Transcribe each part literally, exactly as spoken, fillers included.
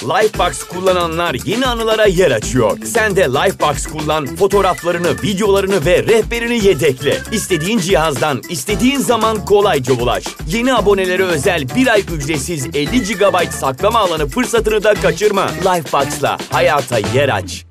Lifebox kullananlar yeni anılara yer açıyor. Sen de Lifebox kullan, fotoğraflarını, videolarını ve rehberini yedekle. İstediğin cihazdan, istediğin zaman kolayca ulaş. Yeni abonelere özel bir ay ücretsiz elli gigabayt saklama alanı fırsatını da kaçırma. Lifebox'la hayata yer aç.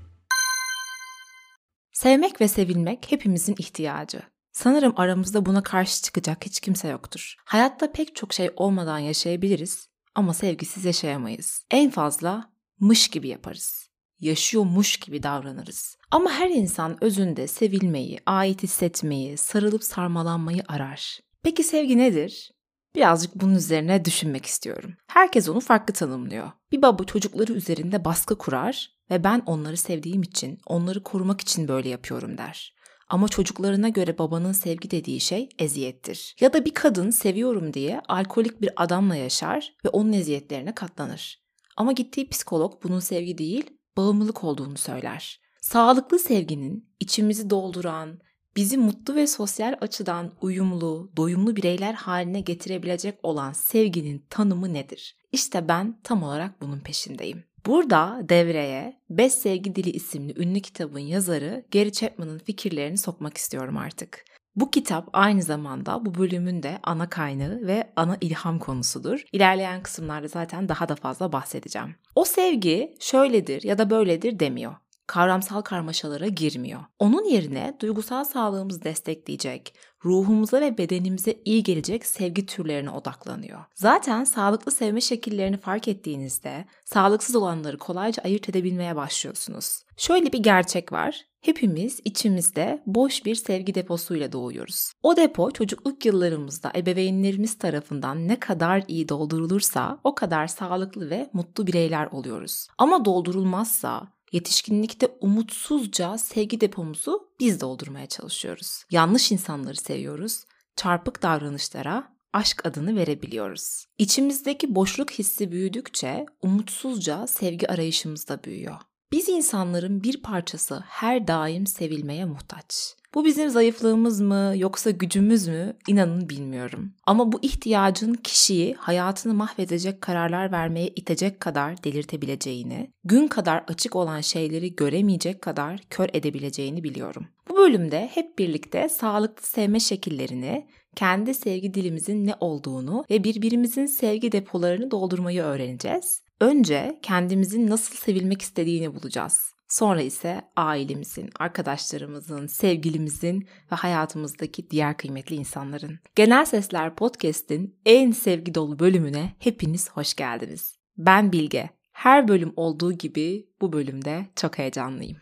Sevmek ve sevilmek hepimizin ihtiyacı. Sanırım aramızda buna karşı çıkacak hiç kimse yoktur. Hayatta pek çok şey olmadan yaşayabiliriz ama sevgisiz yaşayamayız. En fazla mış gibi yaparız. Yaşıyormuş gibi davranırız. Ama her insan özünde sevilmeyi, ait hissetmeyi, sarılıp sarmalanmayı arar. Peki sevgi nedir? Birazcık bunun üzerine düşünmek istiyorum. Herkes onu farklı tanımlıyor. Bir baba çocukları üzerinde baskı kurar ve ben onları sevdiğim için, onları korumak için böyle yapıyorum der. Ama çocuklarına göre babanın sevgi dediği şey eziyettir. Ya da bir kadın seviyorum diye alkolik bir adamla yaşar ve onun eziyetlerine katlanır. Ama gittiği psikolog bunun sevgi değil, bağımlılık olduğunu söyler. Sağlıklı sevginin içimizi dolduran, bizi mutlu ve sosyal açıdan uyumlu, doyumlu bireyler haline getirebilecek olan sevginin tanımı nedir? İşte ben tam olarak bunun peşindeyim. Burada devreye Beş Sevgi Dili isimli ünlü kitabın yazarı Gary Chapman'ın fikirlerini sokmak istiyorum artık. Bu kitap aynı zamanda bu bölümün de ana kaynağı ve ana ilham konusudur. İlerleyen kısımlarda zaten daha da fazla bahsedeceğim. O sevgi şöyledir ya da böyledir demiyor. Kavramsal karmaşalara girmiyor. Onun yerine duygusal sağlığımızı destekleyecek, ruhumuza ve bedenimize iyi gelecek sevgi türlerine odaklanıyor. Zaten sağlıklı sevme şekillerini fark ettiğinizde sağlıksız olanları kolayca ayırt edebilmeye başlıyorsunuz. Şöyle bir gerçek var. Hepimiz içimizde boş bir sevgi deposuyla doğuyoruz. O depo çocukluk yıllarımızda ebeveynlerimiz tarafından ne kadar iyi doldurulursa o kadar sağlıklı ve mutlu bireyler oluyoruz. Ama doldurulmazsa yetişkinlikte umutsuzca sevgi depomuzu biz doldurmaya çalışıyoruz. Yanlış insanları seviyoruz, çarpık davranışlara aşk adını verebiliyoruz. İçimizdeki boşluk hissi büyüdükçe umutsuzca sevgi arayışımız da büyüyor. Biz insanların bir parçası her daim sevilmeye muhtaç. Bu bizim zayıflığımız mı yoksa gücümüz mü inanın bilmiyorum. Ama bu ihtiyacın kişiyi hayatını mahvedecek kararlar vermeye itecek kadar delirtebileceğini, gün kadar açık olan şeyleri göremeyecek kadar kör edebileceğini biliyorum. Bu bölümde hep birlikte sağlıklı sevme şekillerini, kendi sevgi dilimizin ne olduğunu ve birbirimizin sevgi depolarını doldurmayı öğreneceğiz. Önce kendimizin nasıl sevilmek istediğini bulacağız. Sonra ise ailemizin, arkadaşlarımızın, sevgilimizin ve hayatımızdaki diğer kıymetli insanların. Genel Sesler Podcast'in en sevgi dolu bölümüne hepiniz hoş geldiniz. Ben Bilge. Her bölüm olduğu gibi bu bölümde çok heyecanlıyım.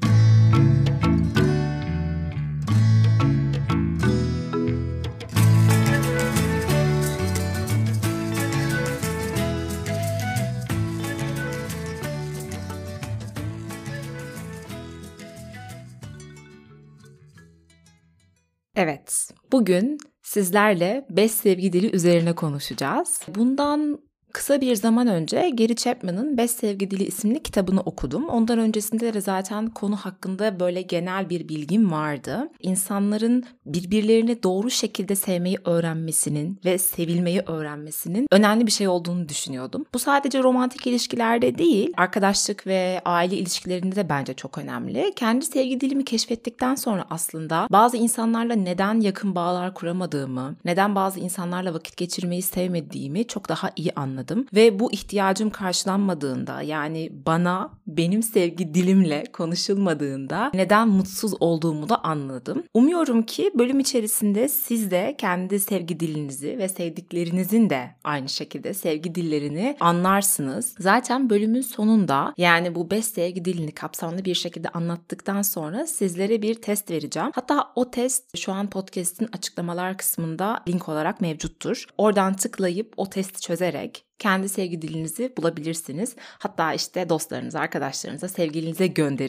Evet, bugün sizlerle beş sevgi dili üzerine konuşacağız. Bundan kısa bir zaman önce Gary Chapman'ın Beş Sevgi Dili isimli kitabını okudum. Ondan öncesinde de zaten konu hakkında böyle genel bir bilgim vardı. İnsanların birbirlerini doğru şekilde sevmeyi öğrenmesinin ve sevilmeyi öğrenmesinin önemli bir şey olduğunu düşünüyordum. Bu sadece romantik ilişkilerde değil, arkadaşlık ve aile ilişkilerinde de bence çok önemli. Kendi sevgi dilimi keşfettikten sonra aslında bazı insanlarla neden yakın bağlar kuramadığımı, neden bazı insanlarla vakit geçirmeyi sevmediğimi çok daha iyi anladım. Ve bu ihtiyacım karşılanmadığında, yani bana benim sevgi dilimle konuşulmadığında neden mutsuz olduğumu da anladım. Umuyorum ki bölüm içerisinde siz de kendi sevgi dilinizi ve sevdiklerinizin de aynı şekilde sevgi dillerini anlarsınız. Zaten bölümün sonunda, yani bu beş sevgi dilini kapsamlı bir şekilde anlattıktan sonra sizlere bir test vereceğim. Hatta o test şu an podcast'in açıklamalar kısmında link olarak mevcuttur. Oradan tıklayıp o testi çözerek kendi sevgi dilinizi bulabilirsiniz. Hatta işte dostlarınıza, arkadaşlarınıza, sevgilinize gönderip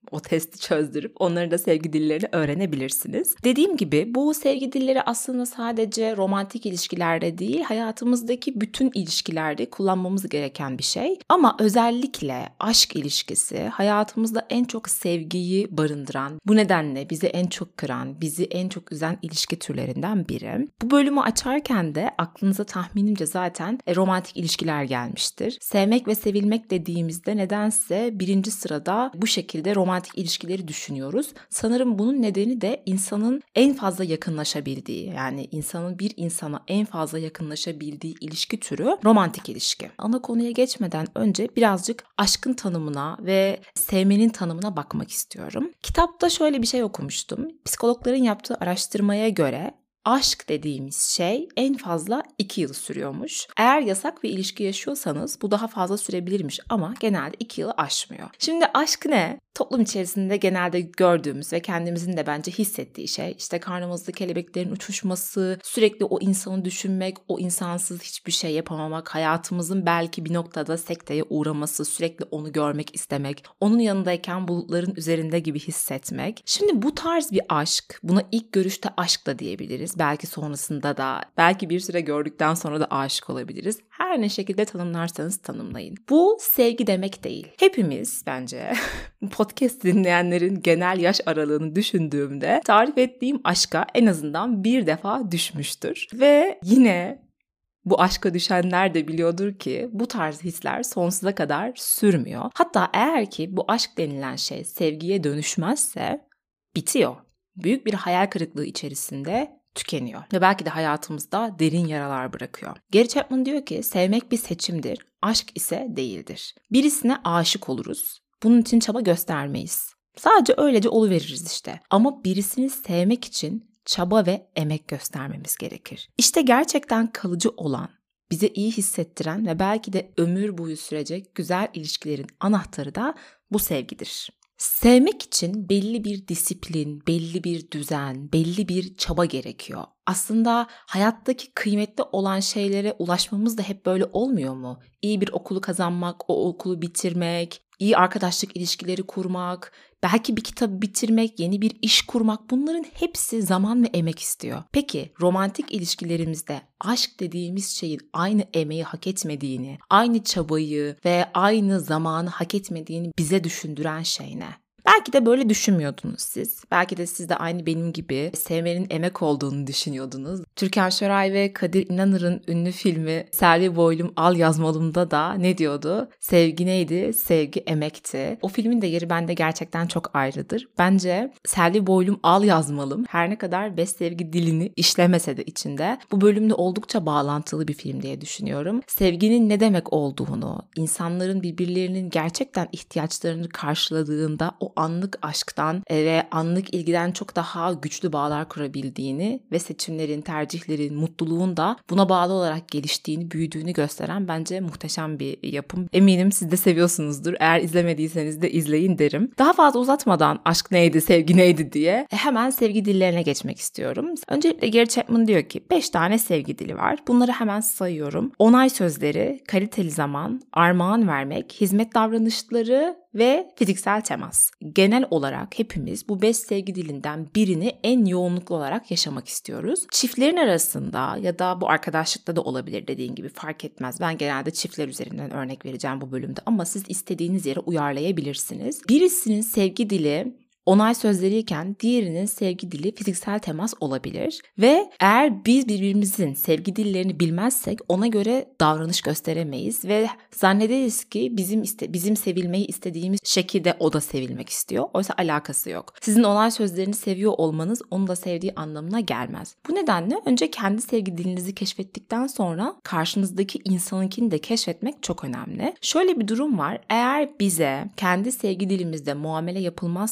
O testi çözdürüp onları da sevgi dillerini öğrenebilirsiniz. Dediğim gibi bu sevgi dilleri aslında sadece romantik ilişkilerde değil, hayatımızdaki bütün ilişkilerde kullanmamız gereken bir şey. Ama özellikle aşk ilişkisi hayatımızda en çok sevgiyi barındıran, bu nedenle bizi en çok kıran, bizi en çok üzen ilişki türlerinden biri. Bu bölümü açarken de aklınıza tahminimce zaten e, romantik ilişkiler gelmiştir. Sevmek ve sevilmek dediğimizde nedense birinci sırada bu şekilde romantik ilişkileri düşünüyoruz. Sanırım bunun nedeni de insanın en fazla yakınlaşabildiği, yani insanın bir insana en fazla yakınlaşabildiği ilişki türü romantik ilişki. Ana konuya geçmeden önce birazcık aşkın tanımına ve sevmenin tanımına bakmak istiyorum. Kitapta şöyle bir şey okumuştum. Psikologların yaptığı araştırmaya göre aşk dediğimiz şey en fazla iki yıl sürüyormuş. Eğer yasak bir ilişki yaşıyorsanız bu daha fazla sürebilirmiş ama genelde iki yılı aşmıyor. Şimdi aşk ne? Toplum içerisinde genelde gördüğümüz ve kendimizin de bence hissettiği şey, işte karnımızda kelebeklerin uçuşması, sürekli o insanı düşünmek, o insansız hiçbir şey yapamamak, hayatımızın belki bir noktada sekteye uğraması, sürekli onu görmek istemek, onun yanındayken bulutların üzerinde gibi hissetmek. Şimdi bu tarz bir aşk, buna ilk görüşte aşk da diyebiliriz. Belki sonrasında da, belki bir süre gördükten sonra da aşık olabiliriz. Her ne şekilde tanımlarsanız tanımlayın. Bu sevgi demek değil. Hepimiz bence podcast dinleyenlerin genel yaş aralığını düşündüğümde tarif ettiğim aşka en azından bir defa düşmüştür. Ve yine bu aşka düşenler de biliyordur ki bu tarz hisler sonsuza kadar sürmüyor. Hatta eğer ki bu aşk denilen şey sevgiye dönüşmezse bitiyor. Büyük bir hayal kırıklığı içerisinde tükeniyor ve belki de hayatımızda derin yaralar bırakıyor. Gary Chapman diyor ki sevmek bir seçimdir, aşk ise değildir. Birisine aşık oluruz. Bunun için çaba göstermeyiz. Sadece öylece oluveririz işte. Ama birisini sevmek için çaba ve emek göstermemiz gerekir. İşte gerçekten kalıcı olan, bize iyi hissettiren ve belki de ömür boyu sürecek güzel ilişkilerin anahtarı da bu sevgidir. Sevmek için belli bir disiplin, belli bir düzen, belli bir çaba gerekiyor. Aslında hayattaki kıymetli olan şeylere ulaşmamız da hep böyle olmuyor mu? İyi bir okulu kazanmak, o okulu bitirmek, iyi arkadaşlık ilişkileri kurmak, belki bir kitabı bitirmek, yeni bir iş kurmak, bunların hepsi zaman ve emek istiyor. Peki romantik ilişkilerimizde aşk dediğimiz şeyin aynı emeği hak etmediğini, aynı çabayı ve aynı zamanı hak etmediğini bize düşündüren şey ne? Belki de böyle düşünmüyordunuz siz. Belki de siz de aynı benim gibi sevmenin emek olduğunu düşünüyordunuz. Türkan Şoray ve Kadir İnanır'ın ünlü filmi Selvi Boylum Al Yazmalım'da da ne diyordu? Sevgi neydi? Sevgi emekti. O filmin de yeri bende gerçekten çok ayrıdır. Bence Selvi Boylum Al Yazmalım her ne kadar best sevgi dilini işlemese de içinde bu bölümde oldukça bağlantılı bir film diye düşünüyorum. Sevginin ne demek olduğunu, insanların birbirlerinin gerçekten ihtiyaçlarını karşıladığında o anlık aşktan ve anlık ilgiden çok daha güçlü bağlar kurabildiğini ve seçimlerin, tercihlerin, mutluluğun da buna bağlı olarak geliştiğini, büyüdüğünü gösteren bence muhteşem bir yapım. Eminim siz de seviyorsunuzdur. Eğer izlemediyseniz de izleyin derim. Daha fazla uzatmadan aşk neydi, sevgi neydi diye hemen sevgi dillerine geçmek istiyorum. Öncelikle Gary Chapman diyor ki beş tane sevgi dili var. Bunları hemen sayıyorum. Onay sözleri, kaliteli zaman, armağan vermek, hizmet davranışları ve fiziksel temas. Genel olarak hepimiz bu beş sevgi dilinden birini en yoğunluklu olarak yaşamak istiyoruz. Çiftlerin arasında ya da bu arkadaşlıkta da olabilir, dediğin gibi fark etmez. Ben genelde çiftler üzerinden örnek vereceğim bu bölümde ama siz istediğiniz yere uyarlayabilirsiniz. Birisinin sevgi dili onay sözleriyken diğerinin sevgi dili fiziksel temas olabilir ve eğer biz birbirimizin sevgi dillerini bilmezsek ona göre davranış gösteremeyiz ve zannederiz ki bizim iste bizim sevilmeyi istediğimiz şekilde o da sevilmek istiyor. Oysa alakası yok. Sizin onay sözlerini seviyor olmanız onu da sevdiği anlamına gelmez. Bu nedenle önce kendi sevgi dilinizi keşfettikten sonra karşınızdaki insanınkini de keşfetmek çok önemli. Şöyle bir durum var. Eğer bize kendi sevgi dilimizde muamele yapılmazsa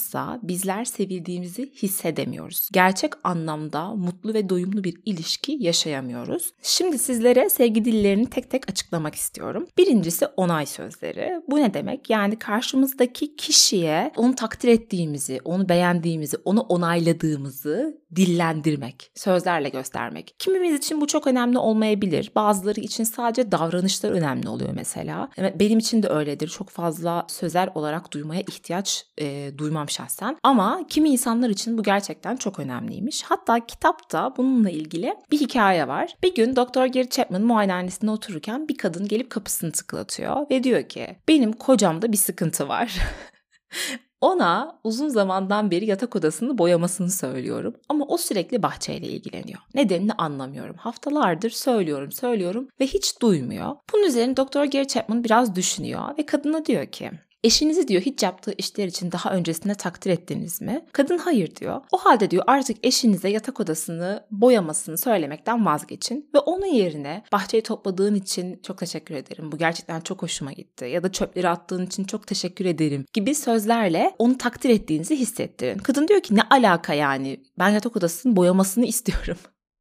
bizler sevildiğimizi hissedemiyoruz. Gerçek anlamda mutlu ve doyumlu bir ilişki yaşayamıyoruz. Şimdi sizlere sevgi dillerini tek tek açıklamak istiyorum. Birincisi onay sözleri. Bu ne demek? Yani karşımızdaki kişiye onu takdir ettiğimizi, onu beğendiğimizi, onu onayladığımızı dillendirmek, sözlerle göstermek. Kimimiz için bu çok önemli olmayabilir. Bazıları için sadece davranışlar önemli oluyor mesela. Benim için de öyledir. Çok fazla sözel olarak duymaya ihtiyaç e, duymam şahsen. Ama kimi insanlar için bu gerçekten çok önemliymiş. Hatta kitapta bununla ilgili bir hikaye var. Bir gün Doktor Gary Chapman muayenehanesinde otururken bir kadın gelip kapısını tıklatıyor ve diyor ki benim kocamda bir sıkıntı var. Ona uzun zamandan beri yatak odasını boyamasını söylüyorum ama o sürekli bahçeyle ilgileniyor. Nedenini anlamıyorum. Haftalardır söylüyorum, söylüyorum ve hiç duymuyor. Bunun üzerine Doktor Gary Chapman biraz düşünüyor ve kadına diyor ki eşinizi diyor hiç yaptığı işler için daha öncesinde takdir ettiniz mi? Kadın hayır diyor. O halde diyor artık eşinize yatak odasını boyamasını söylemekten vazgeçin ve onun yerine bahçeyi topladığın için çok teşekkür ederim. Bu gerçekten çok hoşuma gitti. Ya da çöpleri attığın için çok teşekkür ederim gibi sözlerle onu takdir ettiğinizi hissettirin. Kadın diyor ki ne alaka yani? Ben yatak odasının boyamasını istiyorum.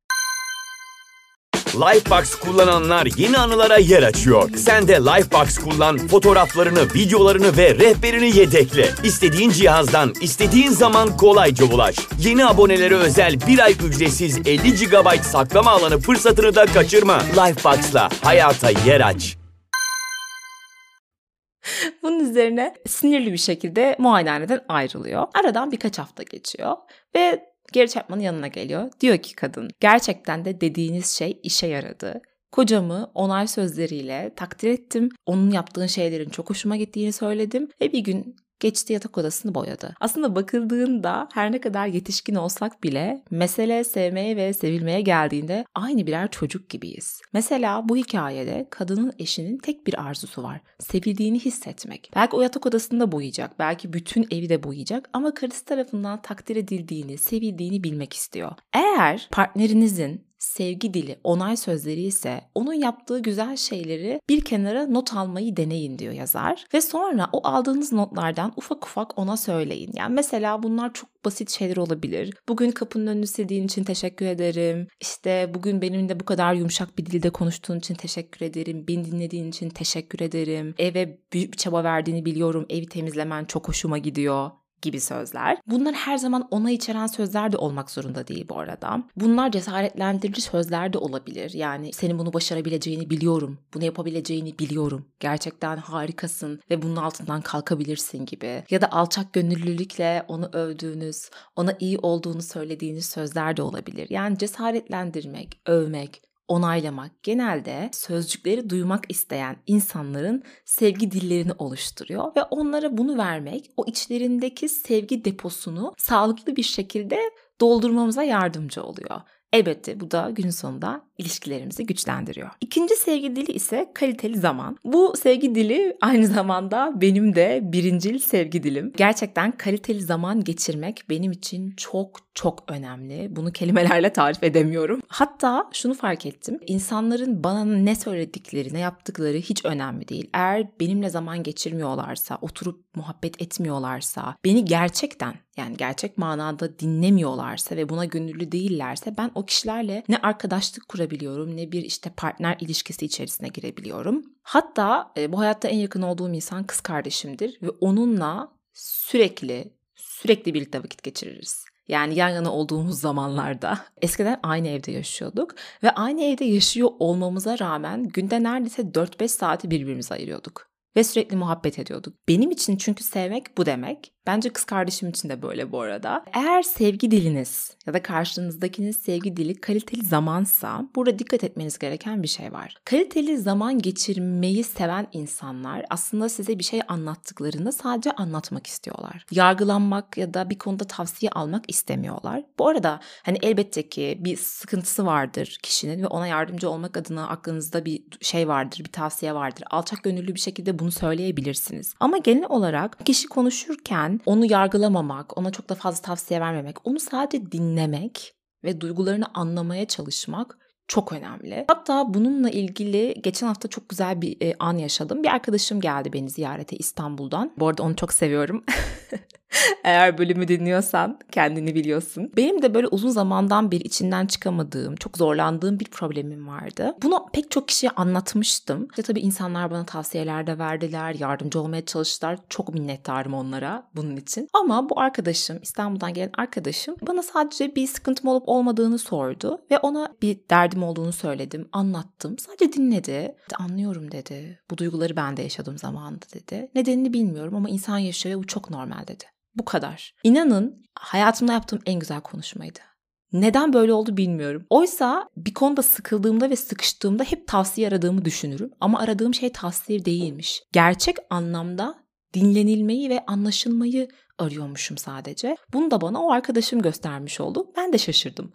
Lifebox kullananlar yeni anılara yer açıyor. Sen de Lifebox kullan, fotoğraflarını, videolarını ve rehberini yedekle. İstediğin cihazdan, istediğin zaman kolayca ulaş. Yeni abonelere özel bir ay ücretsiz elli gigabayt saklama alanı fırsatını da kaçırma. Lifebox'la hayata yer aç. Bunun üzerine sinirli bir şekilde muayenehaneden ayrılıyor. Aradan birkaç hafta geçiyor ve Gary Chapman'ın yanına geliyor. Diyor ki kadın, gerçekten de dediğiniz şey işe yaradı. Kocamı onay sözleriyle takdir ettim. Onun yaptığın şeylerin çok hoşuma gittiğini söyledim ve bir gün geçti yatak odasını boyadı. Aslında bakıldığında her ne kadar yetişkin olsak bile mesele sevmeye ve sevilmeye geldiğinde aynı birer çocuk gibiyiz. Mesela bu hikayede kadının eşinin tek bir arzusu var. Sevildiğini hissetmek. Belki o yatak odasında boyayacak, belki bütün evi de boyayacak ama karısı tarafından takdir edildiğini, sevildiğini bilmek istiyor. Eğer partnerinizin sevgi dili, onay sözleri ise onun yaptığı güzel şeyleri bir kenara not almayı deneyin diyor yazar. Ve sonra o aldığınız notlardan ufak ufak ona söyleyin. Yani mesela bunlar çok basit şeyler olabilir. Bugün kapının önünü sildiğin için teşekkür ederim. İşte bugün benimle bu kadar yumuşak bir dilde konuştuğun için teşekkür ederim. Beni dinlediğin için teşekkür ederim. Eve büyük bir çaba verdiğini biliyorum. Evi temizlemen çok hoşuma gidiyor gibi sözler. Bunlar her zaman onay içeren sözler de olmak zorunda değil bu arada. Bunlar cesaretlendirici sözler de olabilir. Yani senin bunu başarabileceğini biliyorum. Bunu yapabileceğini biliyorum. Gerçekten harikasın ve bunun altından kalkabilirsin gibi. Ya da alçak gönüllülükle onu övdüğünüz, ona iyi olduğunu söylediğiniz sözler de olabilir. Yani cesaretlendirmek, övmek, onaylamak genelde sözcükleri duymak isteyen insanların sevgi dillerini oluşturuyor ve onlara bunu vermek o içlerindeki sevgi deposunu sağlıklı bir şekilde doldurmamıza yardımcı oluyor. Elbette bu da gün sonunda ilişkilerimizi güçlendiriyor. İkinci sevgi dili ise kaliteli zaman. Bu sevgi dili aynı zamanda benim de birincil sevgi dilim. Gerçekten kaliteli zaman geçirmek benim için çok çok önemli. Bunu kelimelerle tarif edemiyorum. Hatta şunu fark ettim. İnsanların bana ne söyledikleri, ne yaptıkları hiç önemli değil. Eğer benimle zaman geçirmiyorlarsa, oturup muhabbet etmiyorlarsa, beni gerçekten yani gerçek manada dinlemiyorlarsa ve buna gönüllü değillerse ben o kişilerle ne arkadaşlık kurabiliyorum ne bir işte partner ilişkisi içerisine girebiliyorum. Hatta e, bu hayatta en yakın olduğum insan kız kardeşimdir ve onunla sürekli sürekli birlikte vakit geçiririz. Yani yan yana olduğumuz zamanlarda eskiden aynı evde yaşıyorduk ve aynı evde yaşıyor olmamıza rağmen günde neredeyse dört beş saati birbirimize ayırıyorduk. Ve sürekli muhabbet ediyorduk. Benim için çünkü sevmek bu demek. Bence kız kardeşim için de böyle bu arada. Eğer sevgi diliniz ya da karşınızdakinin sevgi dili kaliteli zamansa burada dikkat etmeniz gereken bir şey var. Kaliteli zaman geçirmeyi seven insanlar aslında size bir şey anlattıklarında sadece anlatmak istiyorlar. Yargılanmak ya da bir konuda tavsiye almak istemiyorlar. Bu arada hani elbette ki bir sıkıntısı vardır kişinin ve ona yardımcı olmak adına aklınızda bir şey vardır, bir tavsiye vardır. Alçak gönüllü bir şekilde bunu söyleyebilirsiniz. Ama genel olarak kişi konuşurken onu yargılamamak, ona çok da fazla tavsiye vermemek, onu sadece dinlemek ve duygularını anlamaya çalışmak çok önemli. Hatta bununla ilgili geçen hafta çok güzel bir e, an yaşadım. Bir arkadaşım geldi beni ziyarete İstanbul'dan. Bu arada onu çok seviyorum. Eğer bölümü dinliyorsan kendini biliyorsun. Benim de böyle uzun zamandan beri içinden çıkamadığım, çok zorlandığım bir problemim vardı. Bunu pek çok kişiye anlatmıştım. İşte tabii insanlar bana tavsiyeler de verdiler, yardımcı olmaya çalıştılar. Çok minnettarım onlara bunun için. Ama bu arkadaşım, İstanbul'dan gelen arkadaşım bana sadece bir sıkıntım olup olmadığını sordu ve ona bir derdim olduğunu söyledim, anlattım. Sadece dinledi. Anlıyorum dedi. Bu duyguları ben de yaşadım zamanında dedi. Nedenini bilmiyorum ama insan yaşıyor ve bu çok normal dedi. Bu kadar. İnanın hayatımda yaptığım en güzel konuşmaydı. Neden böyle oldu bilmiyorum. Oysa bir konuda sıkıldığımda ve sıkıştığımda hep tavsiye aradığımı düşünürüm. Ama aradığım şey tavsiye değilmiş. Gerçek anlamda dinlenilmeyi ve anlaşılmayı arıyormuşum sadece. Bunu da bana o arkadaşım göstermiş oldu. Ben de şaşırdım.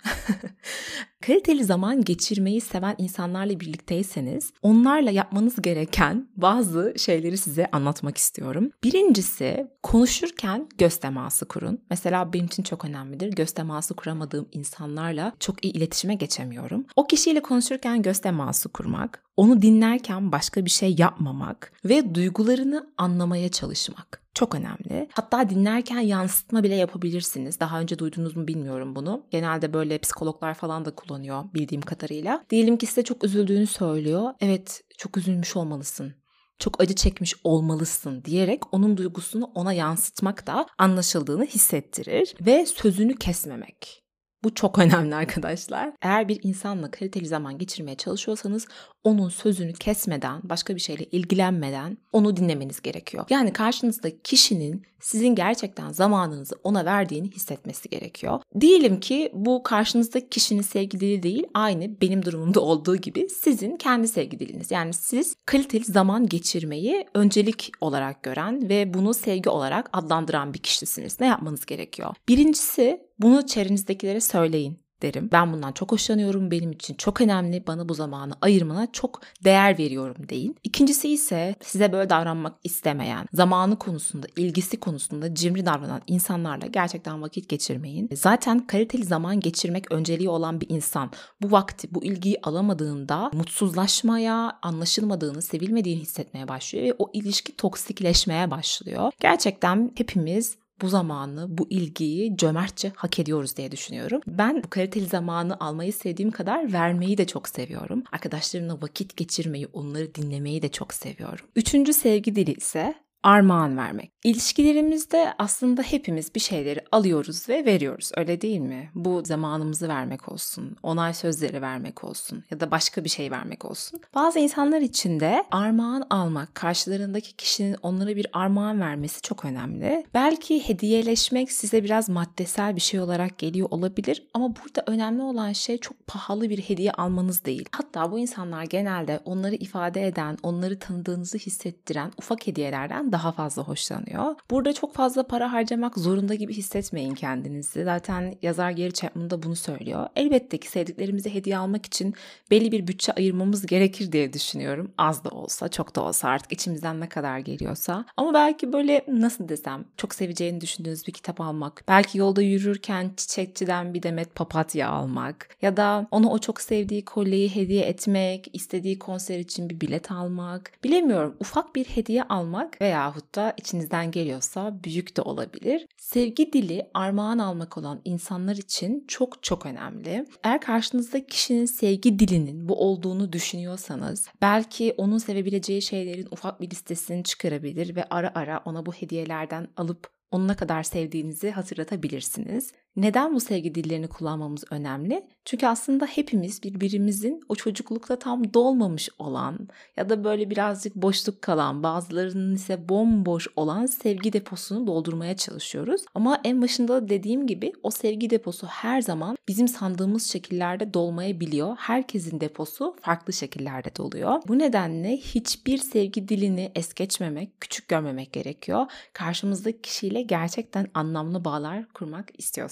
Kaliteli zaman geçirmeyi seven insanlarla birlikteyseniz onlarla yapmanız gereken bazı şeyleri size anlatmak istiyorum. Birincisi, konuşurken göz teması kurun. Mesela benim için çok önemlidir. Göz teması kuramadığım insanlarla çok iyi iletişime geçemiyorum. O kişiyle konuşurken göz teması kurmak, onu dinlerken başka bir şey yapmamak ve duygularını anlamaya çalışmak. Çok önemli. Hatta dinlerken yansıtma bile yapabilirsiniz. Daha önce duydunuz mu bilmiyorum bunu. Genelde böyle psikologlar falan da kullanıyor bildiğim kadarıyla. Diyelim ki size çok üzüldüğünü söylüyor. Evet, çok üzülmüş olmalısın. Çok acı çekmiş olmalısın diyerek onun duygusunu ona yansıtmak da anlaşıldığını hissettirir ve sözünü kesmemek. Bu çok önemli arkadaşlar. Eğer bir insanla kaliteli zaman geçirmeye çalışıyorsanız onun sözünü kesmeden, başka bir şeyle ilgilenmeden onu dinlemeniz gerekiyor. Yani karşınızdaki kişinin sizin gerçekten zamanınızı ona verdiğini hissetmesi gerekiyor. Diyelim ki bu karşınızdaki kişinin sevgi dili değil, aynı benim durumumda olduğu gibi sizin kendi sevgi diliniz. Yani siz kaliteli zaman geçirmeyi öncelik olarak gören ve bunu sevgi olarak adlandıran bir kişisiniz. Ne yapmanız gerekiyor? Birincisi, bunu çevrenizdekilere söyleyin derim. Ben bundan çok hoşlanıyorum, benim için çok önemli, bana bu zamanı ayırmana çok değer veriyorum deyin. İkincisi ise size böyle davranmak istemeyen, zamanı konusunda, ilgisi konusunda cimri davranan insanlarla gerçekten vakit geçirmeyin. Zaten kaliteli zaman geçirmek önceliği olan bir insan bu vakti, bu ilgiyi alamadığında mutsuzlaşmaya, anlaşılmadığını, sevilmediğini hissetmeye başlıyor ve o ilişki toksikleşmeye başlıyor. Gerçekten hepimiz bu zamanı, bu ilgiyi cömertçe hak ediyoruz diye düşünüyorum. Ben bu kaliteli zamanı almayı sevdiğim kadar vermeyi de çok seviyorum. Arkadaşlarımla vakit geçirmeyi, onları dinlemeyi de çok seviyorum. Üçüncü sevgi dili ise armağan vermek. İlişkilerimizde aslında hepimiz bir şeyleri alıyoruz ve veriyoruz, öyle değil mi? Bu zamanımızı vermek olsun, onay sözleri vermek olsun ya da başka bir şey vermek olsun. Bazı insanlar için de armağan almak, karşılarındaki kişinin onlara bir armağan vermesi çok önemli. Belki hediyeleşmek size biraz maddesel bir şey olarak geliyor olabilir ama burada önemli olan şey çok pahalı bir hediye almanız değil. Hatta bu insanlar genelde onları ifade eden, onları tanıdığınızı hissettiren ufak hediyelerden daha fazla hoşlanıyor. Burada çok fazla para harcamak zorunda gibi hissetmeyin kendinizi. Zaten yazar Gary Chapman da bunu söylüyor. Elbette ki sevdiklerimize hediye almak için belli bir bütçe ayırmamız gerekir diye düşünüyorum. Az da olsa, çok da olsa artık içimizden ne kadar geliyorsa. Ama belki böyle nasıl desem, çok seveceğini düşündüğünüz bir kitap almak, belki yolda yürürken çiçekçiden bir demet papatya almak ya da ona o çok sevdiği kolyeyi hediye etmek, istediği konser için bir bilet almak, bilemiyorum, ufak bir hediye almak veyahut da içinizden geliyorsa büyük de olabilir. Sevgi dili armağan almak olan insanlar için çok çok önemli. Eğer karşınızdaki kişinin sevgi dilinin bu olduğunu düşünüyorsanız belki onun sevebileceği şeylerin ufak bir listesini çıkarabilir ve ara ara ona bu hediyelerden alıp onu ne kadar sevdiğinizi hatırlatabilirsiniz. Neden bu sevgi dillerini kullanmamız önemli? Çünkü aslında hepimiz birbirimizin o çocuklukta tam dolmamış olan ya da böyle birazcık boşluk kalan, bazılarının ise bomboş olan sevgi deposunu doldurmaya çalışıyoruz. Ama en başında dediğim gibi o sevgi deposu her zaman bizim sandığımız şekillerde dolmayabiliyor. Herkesin deposu farklı şekillerde doluyor. Bu nedenle hiçbir sevgi dilini es geçmemek, küçük görmemek gerekiyor. Karşımızdaki kişiyle gerçekten anlamlı bağlar kurmak istiyorsak.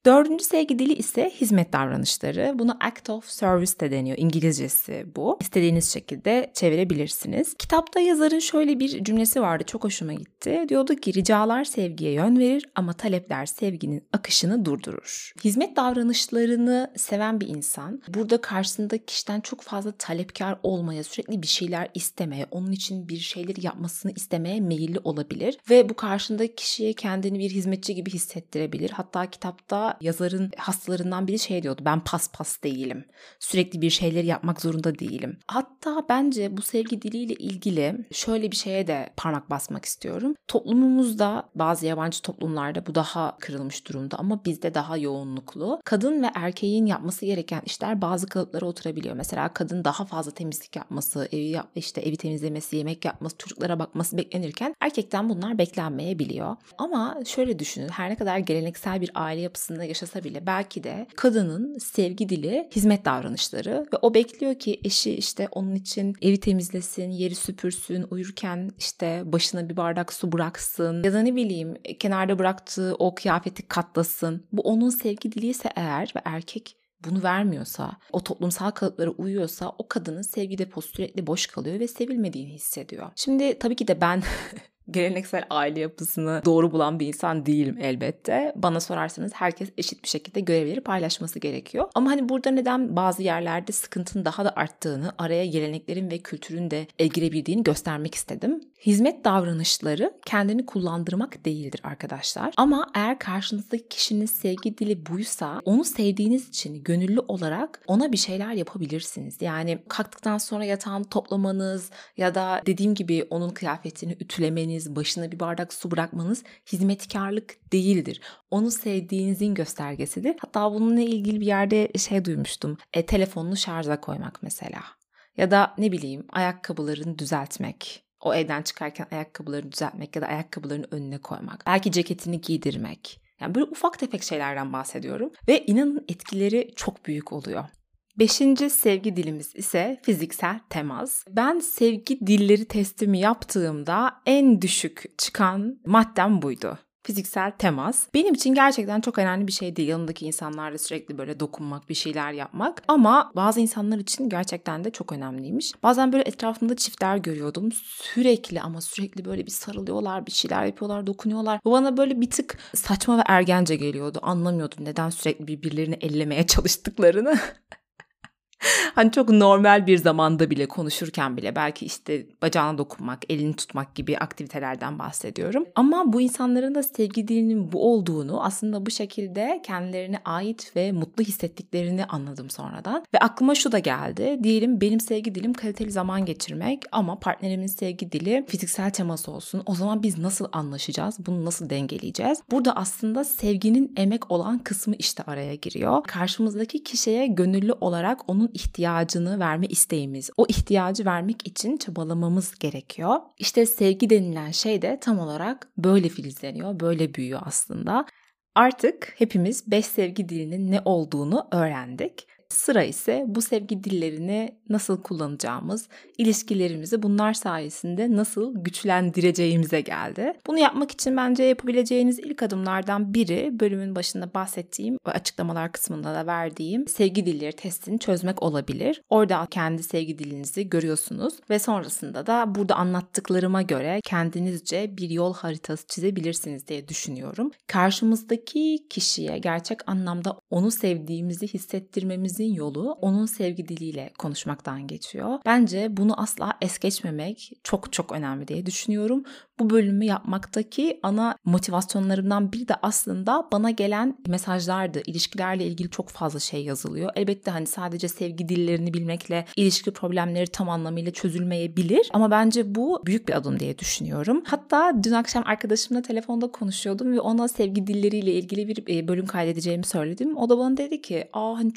Dördüncü sevgi dili ise hizmet davranışları. Buna act of service de deniyor. İngilizcesi bu. İstediğiniz şekilde çevirebilirsiniz. Kitapta yazarın şöyle bir cümlesi vardı. Çok hoşuma gitti. Diyordu ki ricalar sevgiye yön verir ama talepler sevginin akışını durdurur. Hizmet davranışlarını seven bir insan burada karşısındaki kişiden çok fazla talepkar olmaya, sürekli bir şeyler istemeye, onun için bir şeyleri yapmasını istemeye meyilli olabilir ve bu karşındaki kişiye kendini bir hizmetçi gibi hissettirebilir. Hatta kitapta yazarın hastalarından biri şey diyordu, ben paspas değilim. Sürekli bir şeyleri yapmak zorunda değilim. Hatta bence bu sevgi diliyle ilgili şöyle bir şeye de parmak basmak istiyorum. Toplumumuzda, bazı yabancı toplumlarda bu daha kırılmış durumda ama bizde daha yoğunluklu. Kadın ve erkeğin yapması gereken işler bazı kalıplara oturabiliyor. Mesela kadın daha fazla temizlik yapması, evi yap, işte evi temizlemesi, yemek yapması, çocuklara bakması beklenirken erkekten bunlar beklenmeyebiliyor. Ama şöyle düşünün, her ne kadar geleneksel bir aile yapısında yaşasa bile belki de kadının sevgi dili hizmet davranışları ve o bekliyor ki eşi işte onun için evi temizlesin, yeri süpürsün, uyurken işte başına bir bardak su bıraksın ya da ne bileyim kenarda bıraktığı o kıyafeti katlasın. Bu onun sevgi dili ise eğer ve erkek bunu vermiyorsa, o toplumsal kalıplara uyuyorsa o kadının sevgi deposu sürekli boş kalıyor ve sevilmediğini hissediyor. Şimdi tabii ki de ben geleneksel aile yapısını doğru bulan bir insan değilim elbette. Bana sorarsanız herkes eşit bir şekilde görevleri paylaşması gerekiyor. Ama hani burada neden bazı yerlerde sıkıntının daha da arttığını, araya geleneklerin ve kültürün de girebildiğini göstermek istedim. Hizmet davranışları kendini kullandırmak değildir arkadaşlar. Ama eğer karşınızdaki kişinin sevgi dili buysa, onu sevdiğiniz için gönüllü olarak ona bir şeyler yapabilirsiniz. Yani kalktıktan sonra yatağını toplamanız ya da dediğim gibi onun kıyafetini ütülemeniz, başına bir bardak su bırakmanız hizmetkarlık değildir. Onu sevdiğinizin göstergesidir. Hatta bununla ilgili bir yerde şey duymuştum. E, telefonunu şarja koymak mesela. Ya da ne bileyim ayakkabılarını düzeltmek. O evden çıkarken ayakkabılarını düzeltmek ya da ayakkabılarını önüne koymak. Belki ceketini giydirmek. Yani böyle ufak tefek şeylerden bahsediyorum. Ve inanın etkileri çok büyük oluyor. Beşinci sevgi dilimiz ise fiziksel temas. Ben sevgi dilleri testimi yaptığımda en düşük çıkan maddem buydu. Fiziksel temas. Benim için gerçekten çok önemli bir şey değil. Yanındaki insanlarla sürekli böyle dokunmak, bir şeyler yapmak. Ama bazı insanlar için gerçekten de çok önemliymiş. Bazen böyle etrafımda çiftler görüyordum. Sürekli ama sürekli böyle bir sarılıyorlar, bir şeyler yapıyorlar, dokunuyorlar. Bu bana böyle bir tık saçma ve ergence geliyordu. Anlamıyordum neden sürekli birbirlerini ellemeye çalıştıklarını. Hani çok normal bir zamanda bile konuşurken bile belki işte bacağına dokunmak, elini tutmak gibi aktivitelerden bahsediyorum. Ama bu insanların da sevgi dilinin bu olduğunu, aslında bu şekilde kendilerine ait ve mutlu hissettiklerini anladım sonradan. Ve aklıma şu da geldi. Diyelim benim sevgi dilim kaliteli zaman geçirmek ama partnerimin sevgi dili fiziksel temas olsun. O zaman biz nasıl anlaşacağız? Bunu nasıl dengeleyeceğiz? Burada aslında sevginin emek olan kısmı işte araya giriyor. Karşımızdaki kişiye gönüllü olarak onun ihtiyacını verme isteğimiz, o ihtiyacı vermek için çabalamamız gerekiyor. İşte sevgi denilen şey de tam olarak böyle filizleniyor, böyle büyüyor aslında. Artık hepimiz beş sevgi dilinin ne olduğunu öğrendik. Sıra ise bu sevgi dillerini nasıl kullanacağımız, ilişkilerimizi bunlar sayesinde nasıl güçlendireceğimize geldi. Bunu yapmak için bence yapabileceğiniz ilk adımlardan biri bölümün başında bahsettiğim ve açıklamalar kısmında da verdiğim sevgi dilleri testini çözmek olabilir. Orada kendi sevgi dilinizi görüyorsunuz ve sonrasında da burada anlattıklarıma göre kendinizce bir yol haritası çizebilirsiniz diye düşünüyorum. Karşımızdaki kişiye gerçek anlamda onu sevdiğimizi hissettirmemiz yolu onun sevgi diliyle konuşmaktan geçiyor. Bence bunu asla es geçmemek çok çok önemli diye düşünüyorum. Bu bölümü yapmaktaki ana motivasyonlarımdan biri de aslında bana gelen mesajlardı. İlişkilerle ilgili çok fazla şey yazılıyor. Elbette hani sadece sevgi dillerini bilmekle ilişki problemleri tam anlamıyla çözülmeyebilir. Ama bence bu büyük bir adım diye düşünüyorum. Hatta dün akşam arkadaşımla telefonda konuşuyordum ve ona sevgi dilleriyle ilgili bir bölüm kaydedeceğimi söyledim. O da bana dedi ki, "Aa hani çok popüler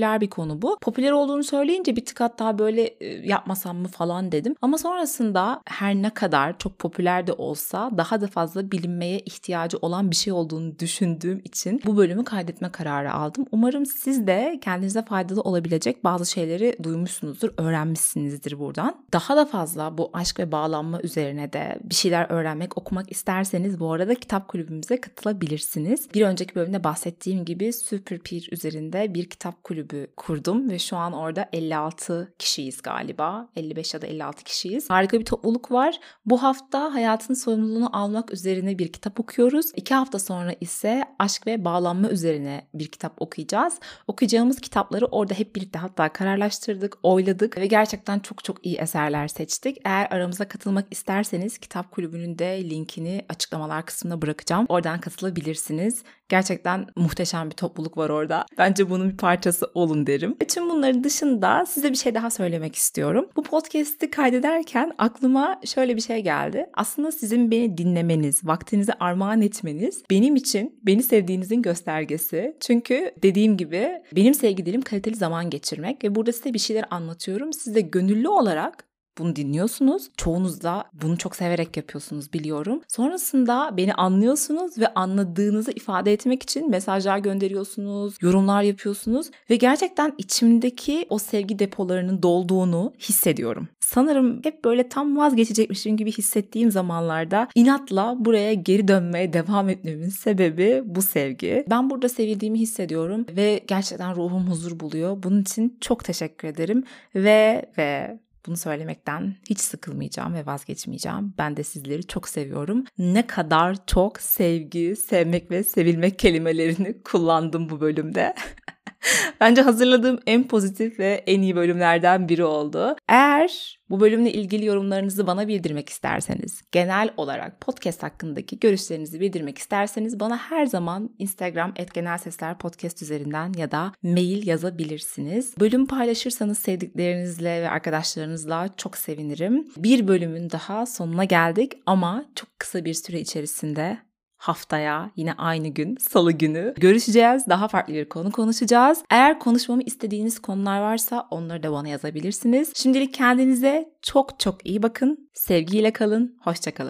popüler bir konu bu. Popüler olduğunu söyleyince bir tık hatta böyle e, yapmasam mı falan dedim. Ama sonrasında her ne kadar çok popüler de olsa daha da fazla bilinmeye ihtiyacı olan bir şey olduğunu düşündüğüm için bu bölümü kaydetme kararı aldım. Umarım siz de kendinize faydalı olabilecek bazı şeyleri duymuşsunuzdur, öğrenmişsinizdir buradan. Daha da fazla bu aşk ve bağlanma üzerine de bir şeyler öğrenmek, okumak isterseniz bu arada kitap kulübümüze katılabilirsiniz. Bir önceki bölümde bahsettiğim gibi SuperPeer üzerinde bir kitap kulübü kurdum ve şu an orada elli altı kişiyiz galiba. elli beş ya da elli altı kişiyiz. Harika bir topluluk var. Bu hafta hayatın sorumluluğunu almak üzerine bir kitap okuyoruz. İki hafta sonra ise aşk ve bağlanma üzerine bir kitap okuyacağız. Okuyacağımız kitapları orada hep birlikte hatta kararlaştırdık, oyladık ve gerçekten çok çok iyi eserler seçtik. Eğer aramıza katılmak isterseniz kitap kulübünün de linkini açıklamalar kısmına bırakacağım. Oradan katılabilirsiniz. Gerçekten muhteşem bir topluluk var orada. Bence bunun bir parçası olun derim. Bütün bunların dışında size bir şey daha söylemek istiyorum. Bu podcast'i kaydederken aklıma şöyle bir şey geldi. Aslında sizin beni dinlemeniz, vaktinizi armağan etmeniz benim için beni sevdiğinizin göstergesi. Çünkü dediğim gibi benim sevgi dilim kaliteli zaman geçirmek ve burada size bir şeyler anlatıyorum. Siz de gönüllü olarak bunu dinliyorsunuz. Çoğunuz da bunu çok severek yapıyorsunuz biliyorum. Sonrasında beni anlıyorsunuz ve anladığınızı ifade etmek için mesajlar gönderiyorsunuz, yorumlar yapıyorsunuz ve gerçekten içimdeki o sevgi depolarının dolduğunu hissediyorum. Sanırım hep böyle tam vazgeçecekmişim gibi hissettiğim zamanlarda inatla buraya geri dönmeye devam etmemin sebebi bu sevgi. Ben burada sevildiğimi hissediyorum ve gerçekten ruhum huzur buluyor. Bunun için çok teşekkür ederim ve ve bunu söylemekten hiç sıkılmayacağım ve vazgeçmeyeceğim. Ben de sizleri çok seviyorum. Ne kadar çok sevgi, sevmek ve sevilmek kelimelerini kullandım bu bölümde. Bence hazırladığım en pozitif ve en iyi bölümlerden biri oldu. Eğer bu bölümle ilgili yorumlarınızı bana bildirmek isterseniz, genel olarak podcast hakkındaki görüşlerinizi bildirmek isterseniz bana her zaman Instagram et genel sesler podcast üzerinden ya da mail yazabilirsiniz. Bölüm paylaşırsanız sevdiklerinizle ve arkadaşlarınızla çok sevinirim. Bir bölümün daha sonuna geldik ama çok kısa bir süre içerisinde haftaya yine aynı gün salı günü görüşeceğiz. Daha farklı bir konu konuşacağız. Eğer konuşmamı istediğiniz konular varsa onları da bana yazabilirsiniz. Şimdilik kendinize çok çok iyi bakın. Sevgiyle kalın. Hoşça kalın.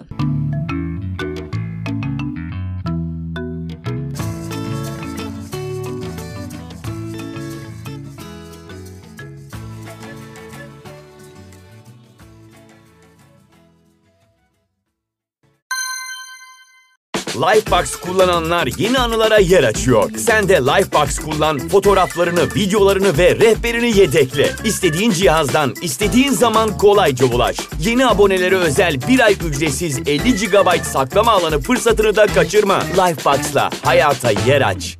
Lifebox kullananlar yeni anılara yer açıyor. Sen de Lifebox kullan, fotoğraflarını, videolarını ve rehberini yedekle. İstediğin cihazdan, istediğin zaman kolayca ulaş. Yeni abonelere özel bir ay ücretsiz elli gigabayt saklama alanı fırsatını da kaçırma. Lifebox'la hayata yer aç.